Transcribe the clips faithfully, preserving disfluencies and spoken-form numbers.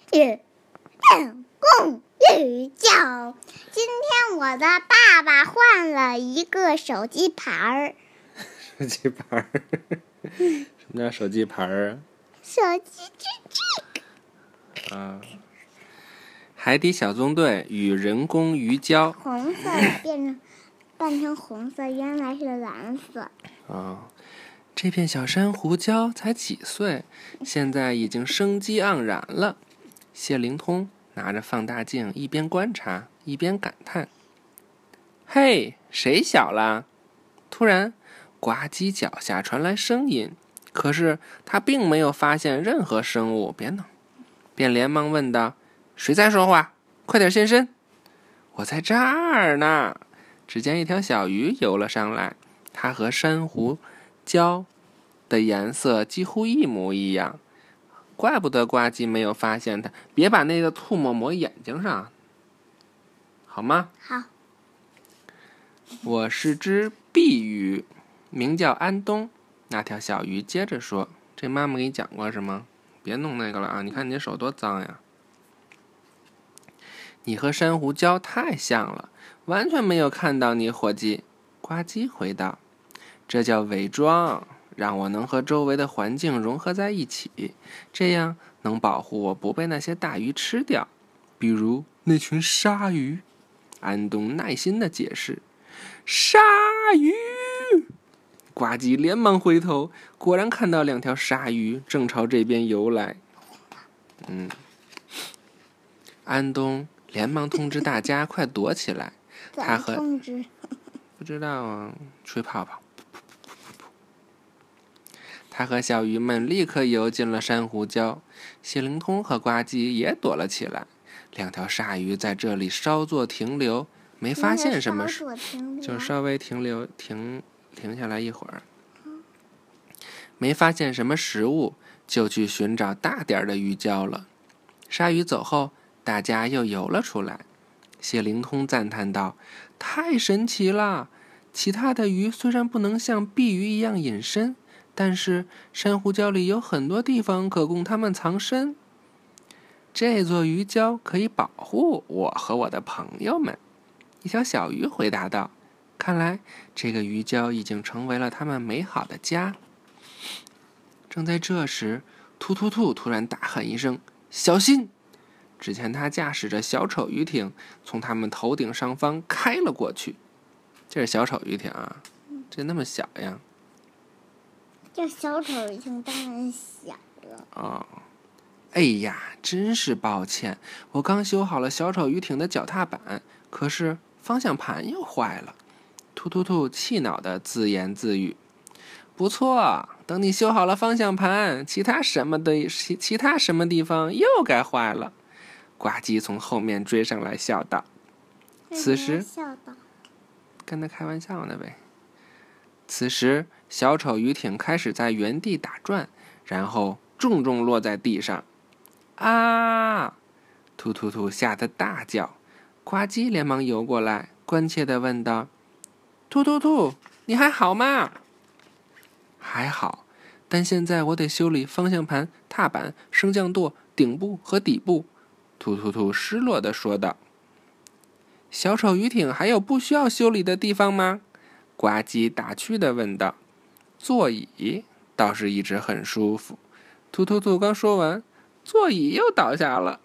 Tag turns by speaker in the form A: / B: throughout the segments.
A: 日练功鱼叫。今天我的爸爸换了一个手机牌儿。
B: 手机牌儿？什么叫手机牌儿啊？
A: 手机是这
B: 个。啊。海底小纵队与人工鱼礁。
A: 红色变成扮成红色，原来是蓝色。
B: 哦，这片小珊瑚礁才几岁，现在已经生机盎然了。谢灵通拿着放大镜，一边观察一边感叹：“嘿，谁小了？”突然，呱唧脚下传来声音，可是他并没有发现任何生物。别闹，便连忙问道：“谁在说话？快点现身！”“我在这儿呢。”只见一条小鱼游了上来，它和珊瑚礁的颜色几乎一模一样，怪不得呱唧没有发现它。别把那个唾沫抹眼睛上，好吗？
A: 好。
B: 我是只碧鱼，名叫安东。那条小鱼接着说：“这妈妈给你讲过是吗？别弄那个了啊！你看你的手多脏呀！你和珊瑚礁太像了，完全没有看到你，伙计。”呱唧回道：“这叫伪装，让我能和周围的环境融合在一起，这样能保护我不被那些大鱼吃掉，比如那群鲨鱼。”安东耐心地解释：“鲨鱼！”呱唧连忙回头，果然看到两条鲨鱼正朝这边游来。嗯，安东连忙通知大家快躲起来。他和
A: 通知
B: 不知道啊，吹泡泡。他和小鱼们立刻游进了珊瑚礁，谢灵通和呱唧也躲了起来。两条鲨鱼在这里稍作停留，没发现什么事，就稍微停留停停下来一会儿，没发现什么食物，就去寻找大点的鱼礁了。鲨鱼走后，大家又游了出来。谢灵通赞叹道：“太神奇了！其他的鱼虽然不能像碧鱼一样隐身，但是珊瑚礁里有很多地方可供它们藏身。这座鱼礁可以保护我和我的朋友们。”一条小鱼回答道：“看来这个鱼礁已经成为了他们美好的家。”正在这时，突突兔突然大喊一声：“小心！”只见他驾驶着小丑鱼艇从他们头顶上方开了过去。这是小丑鱼艇啊，这那么小呀？
A: 这小丑鱼艇当然小了。
B: 哦，哎呀，真是抱歉，我刚修好了小丑鱼艇的脚踏板，可是方向盘又坏了。突突兔气恼地自言自语。不错，等你修好了方向盘，其他什么的其其他什么地方又该坏了。呱唧从后面追上来，笑道：“此时，跟他开玩笑呢呗。”此时，小丑鱼艇开始在原地打转，然后重重落在地上。啊！突突兔吓得大叫。呱唧连忙游过来，关切地问道：“突突兔，你还好吗？”“还好，但现在我得修理方向盘、踏板、升降舵、顶部和底部。”突突兔失落地说道。“小丑鱼艇还有不需要修理的地方吗？”呱唧打趣地问道。“座椅倒是一直很舒服。”突突兔刚说完，座椅又倒下了。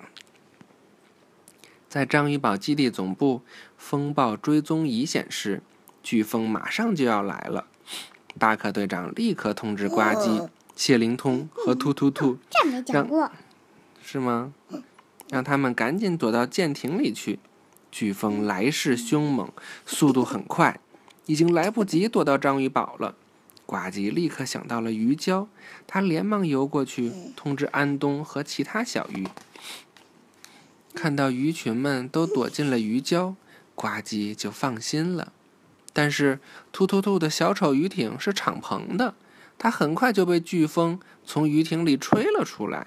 B: 在章鱼堡基地总部，风暴追踪仪显示，飓风马上就要来了。巴克队长立刻通知呱唧、谢灵通和突突兔，
A: 这没讲过，
B: 是吗？让他们赶紧躲到舰艇里去。飓风来势凶猛，速度很快，已经来不及躲到章鱼堡了。呱唧立刻想到了鱼礁，他连忙游过去通知安东和其他小鱼。看到鱼群们都躲进了鱼礁，呱唧就放心了。但是突突兔的小丑鱼艇是敞篷的，它很快就被飓风从鱼艇里吹了出来。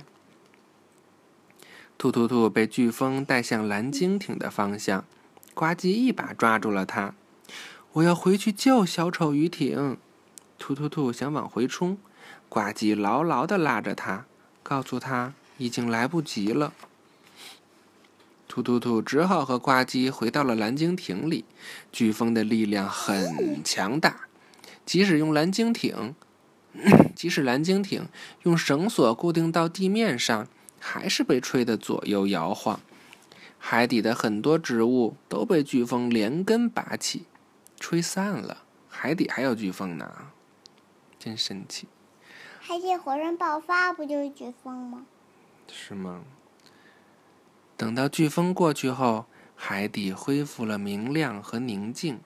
B: 突突兔被飓风带向蓝鲸艇的方向，呱唧一把抓住了它。“我要回去救小丑鱼艇！”突突兔想往回冲，呱唧牢牢地拉着它，告诉它已经来不及了。 突突突只好和呱唧回到了蓝鲸艇里。飓风的力量很强大，即使用蓝鲸艇，即使蓝鲸艇用绳索固定到地面上，还是被吹得左右摇晃。海底的很多植物都被飓风连根拔起，吹散了。海底还有飓风呢，真神奇！
A: 海底火山爆发不就是飓风吗？
B: 是吗？等到飓风过去后，海底恢复了明亮和宁静。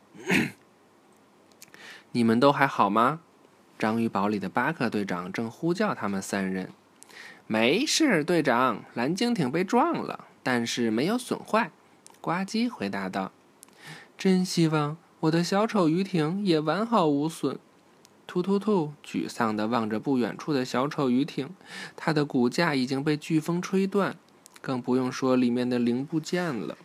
B: 你们都还好吗？章鱼堡里的巴克队长正呼叫他们三人。没事，队长，蓝鲸艇被撞了，但是没有损坏。呱唧回答道。真希望我的小丑鱼艇也完好无损。突突突沮丧地望着不远处的小丑鱼艇，它的骨架已经被飓风吹断，更不用说里面的零部件了。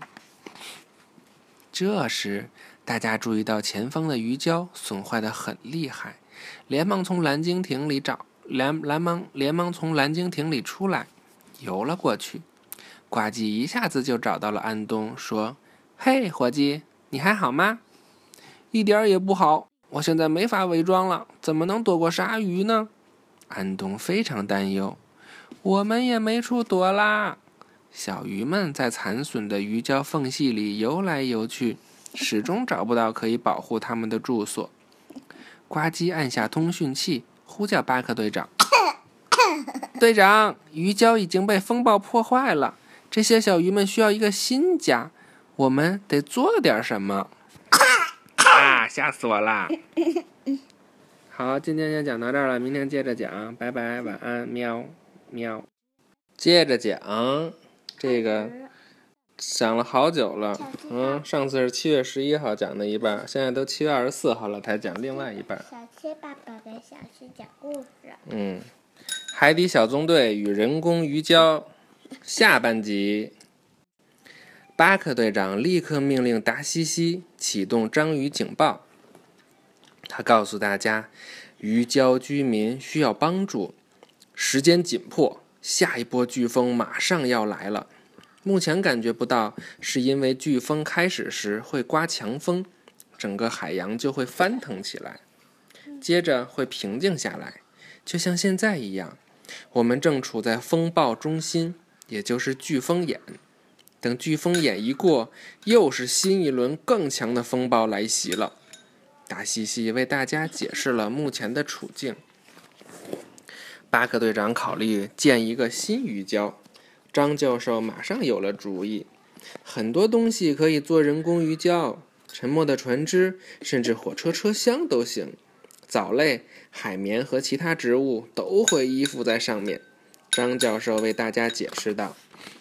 B: 这时，大家注意到前方的鱼礁损坏得很厉害，连忙从蓝鲸艇里找，连连忙连忙从蓝鲸艇里出来，游了过去。呱唧一下子就找到了安东，说：“嘿，伙计，你还好吗？”一点也不好，我现在没法伪装了，怎么能躲过鲨鱼呢？安东非常担忧。我们也没处躲啦。小鱼们在残损的鱼礁缝隙里游来游去，始终找不到可以保护他们的住所。呱唧按下通讯器，呼叫巴克队长。队长，鱼礁已经被风暴破坏了，这些小鱼们需要一个新家，我们得做点什么。啊！吓死我啦！好，今天就讲到这儿了，明天接着讲，拜拜，晚安，喵喵。接着讲，这个讲了好久了，嗯，上次是七月十一号讲的一半，现在都七月二十四号了才讲另外一半。
A: 小七爸爸给小七讲故事。
B: 嗯，海底小纵队与人工鱼礁下半集。巴克队长立刻命令达西西启动章鱼警报。他告诉大家，鱼礁居民需要帮助，时间紧迫，下一波飓风马上要来了。目前感觉不到，是因为飓风开始时会刮强风，整个海洋就会翻腾起来，接着会平静下来，就像现在一样。我们正处在风暴中心，也就是飓风眼。等飓风眼一过，又是新一轮更强的风暴来袭了。达西西为大家解释了目前的处境。巴克队长考虑建一个新鱼礁，张教授马上有了主意。很多东西可以做人工鱼礁，沉没的船只，甚至火车车厢都行。藻类、海绵和其他植物都会依附在上面。张教授为大家解释道。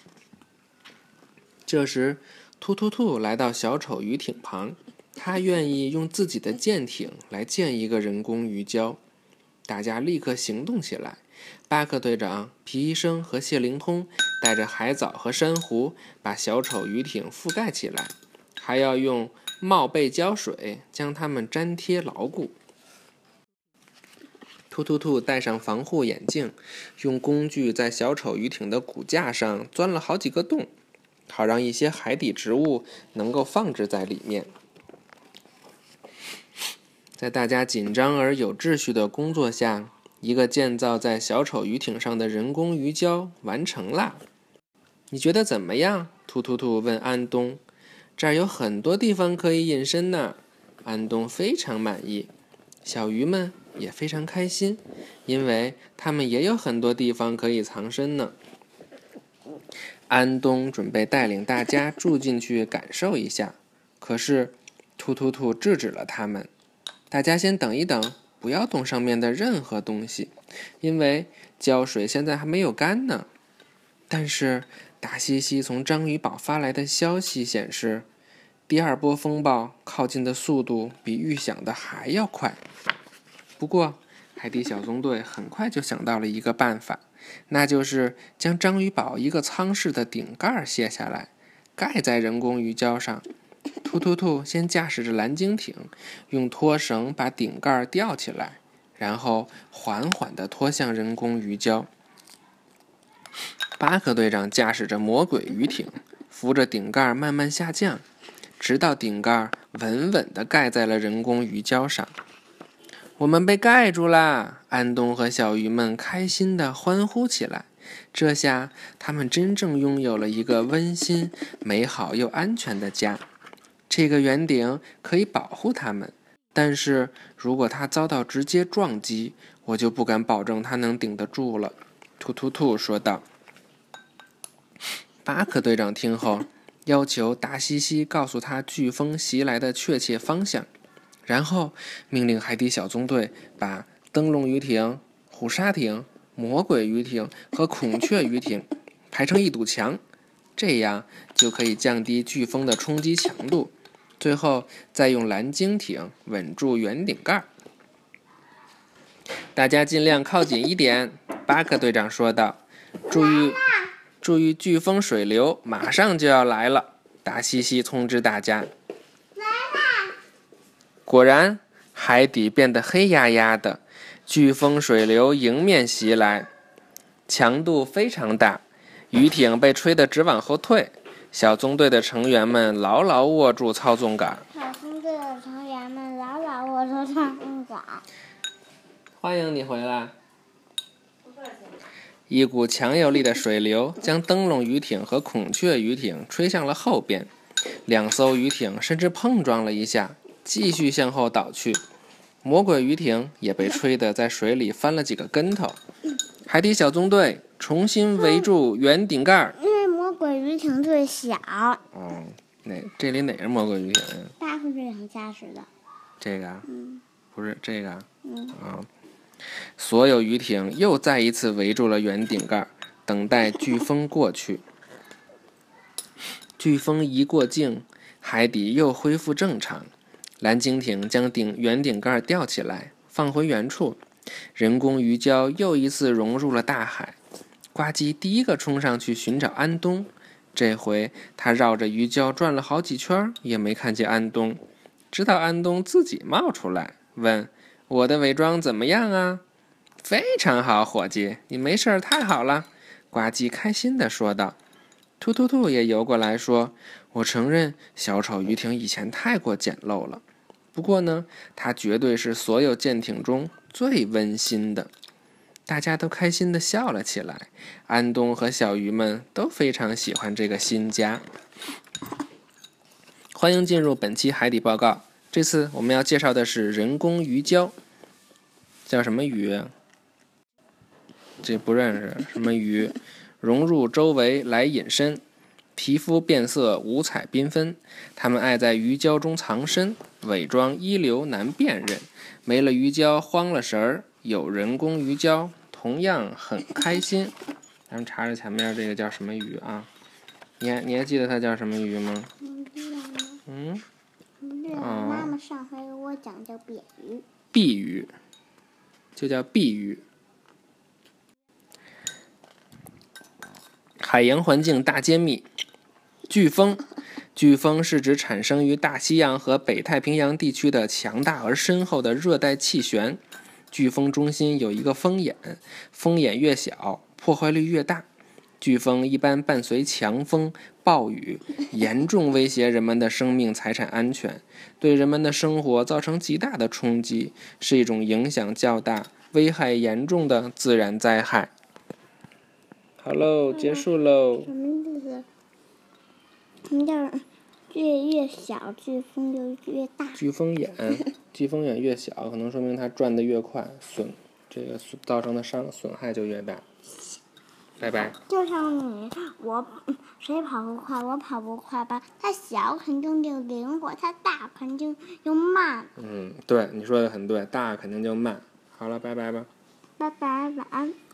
B: 这时，突突兔来到小丑鱼艇旁，他愿意用自己的舰艇来建一个人工鱼礁。大家立刻行动起来。巴克队长、皮医生和谢灵通带着海藻和珊瑚，把小丑鱼艇覆盖起来，还要用帽背胶水将它们粘贴牢固。突突兔戴上防护眼镜，用工具在小丑鱼艇的骨架上钻了好几个洞，好让一些海底植物能够放置在里面。在大家紧张而有秩序的工作下，一个建造在小丑鱼艇上的人工鱼礁完成了。你觉得怎么样？突突兔问安东。这儿有很多地方可以隐身呢。安东非常满意，小鱼们也非常开心，因为他们也有很多地方可以藏身呢。安东准备带领大家住进去感受一下，可是突突兔制止了他们。大家先等一等，不要动上面的任何东西，因为胶水现在还没有干呢。但是达西西从章鱼堡发来的消息显示，第二波风暴靠近的速度比预想的还要快。不过海底小纵队很快就想到了一个办法，那就是将章鱼堡一个舱室的顶盖卸下来，盖在人工鱼礁上。突突兔先驾驶着蓝鲸艇，用拖绳把顶盖吊起来，然后缓缓地拖向人工鱼礁。巴克队长驾驶着魔鬼鱼艇， 扶着顶盖慢慢下降，直到顶盖稳稳地盖在了人工鱼礁上。我们被盖住啦！安东和小鱼们开心地欢呼起来。这下他们真正拥有了一个温馨、美好又安全的家。这个圆顶可以保护他们，但是如果它遭到直接撞击，我就不敢保证它能顶得住了。突突兔说道。巴克队长听后，要求达西西告诉他飓风袭来的确切方向，然后命令海底小纵队把灯笼鱼艇、虎鲨艇、魔鬼鱼艇和孔雀鱼艇排成一堵墙，这样就可以降低飓风的冲击强度。最后再用蓝鲸艇稳住圆顶盖。大家尽量靠紧一点，巴克队长说道。注意注意飓风水流马上就要来了，达西西通知大家。
A: 来啦！
B: 果然，海底变得黑压压的，飓风水流迎面袭来，强度非常大，鱼艇被吹得直往后退。小纵队的成员们牢牢握住操纵杆。
A: 小纵队的成员们牢牢握住操纵杆。
B: 欢迎你回来。一股强有力的水流将灯笼鱼艇和孔雀鱼艇吹向了后边，两艘鱼艇甚至碰撞了一下，继续向后倒去。魔鬼鱼艇也被吹得在水里翻了几个跟头。海底小纵队重新围住圆顶盖。
A: 因为魔鬼鱼艇最小。
B: 哦，哪这里哪是魔鬼鱼艇呀？
A: 巴克队长驾驶的。
B: 这个啊？
A: 嗯。
B: 不是这个啊？
A: 嗯。
B: 啊。所有鱼艇又再一次围住了圆顶盖，等待飓风过去。飓风一过境，海底又恢复正常。蓝鲸艇将顶圆顶盖吊起来，放回原处。人工鱼礁又一次融入了大海。呱唧第一个冲上去寻找安东，这回他绕着鱼礁转了好几圈，也没看见安东，直到安东自己冒出来，问：“我的伪装怎么样啊？”“非常好，伙计，你没事儿，太好了。”呱唧开心地说道。突突兔也游过来说：“我承认小丑鱼艇以前太过简陋了，不过呢，它绝对是所有舰艇中最温馨的。”大家都开心地笑了起来。安东和小鱼们都非常喜欢这个新家。欢迎进入本期海底报告。这次我们要介绍的是人工鱼礁。叫什么鱼啊？这不认识。什么鱼？融入周围来隐身，皮肤变色五彩缤纷。它们爱在鱼礁中藏身，伪装一流难辨认。没了鱼礁慌了神儿，有人工鱼礁同样很开心。咱们查查前面这个叫什么鱼啊？你还你还记得它叫什么鱼吗？嗯，
A: 哦，妈妈上回给我讲叫鳖鱼。
B: 碧鱼，就叫碧鱼。海洋环境大揭秘。飓风，飓风是指产生于大西洋和北太平洋地区的强大而深厚的热带气旋。飓风中心有一个风眼，风眼越小，破坏力越大。飓风一般伴随强风、暴雨，严重威胁人们的生命财产安全，对人们的生活造成极大的冲击，是一种影响较大、危害严重的自然灾害。好喽，结束喽。
A: 什么意思？什么叫越越小，飓风就越大？
B: 飓风眼，飓风眼越小，可能说明它转得越快，损这个造成的伤损害就越大。拜拜。
A: 就像你，我谁跑不快，我跑不快吧？它小肯定就灵活，它大肯定就慢。
B: 嗯，对，你说的很对，大肯定就慢。好了，拜拜吧。
A: 拜拜，晚安。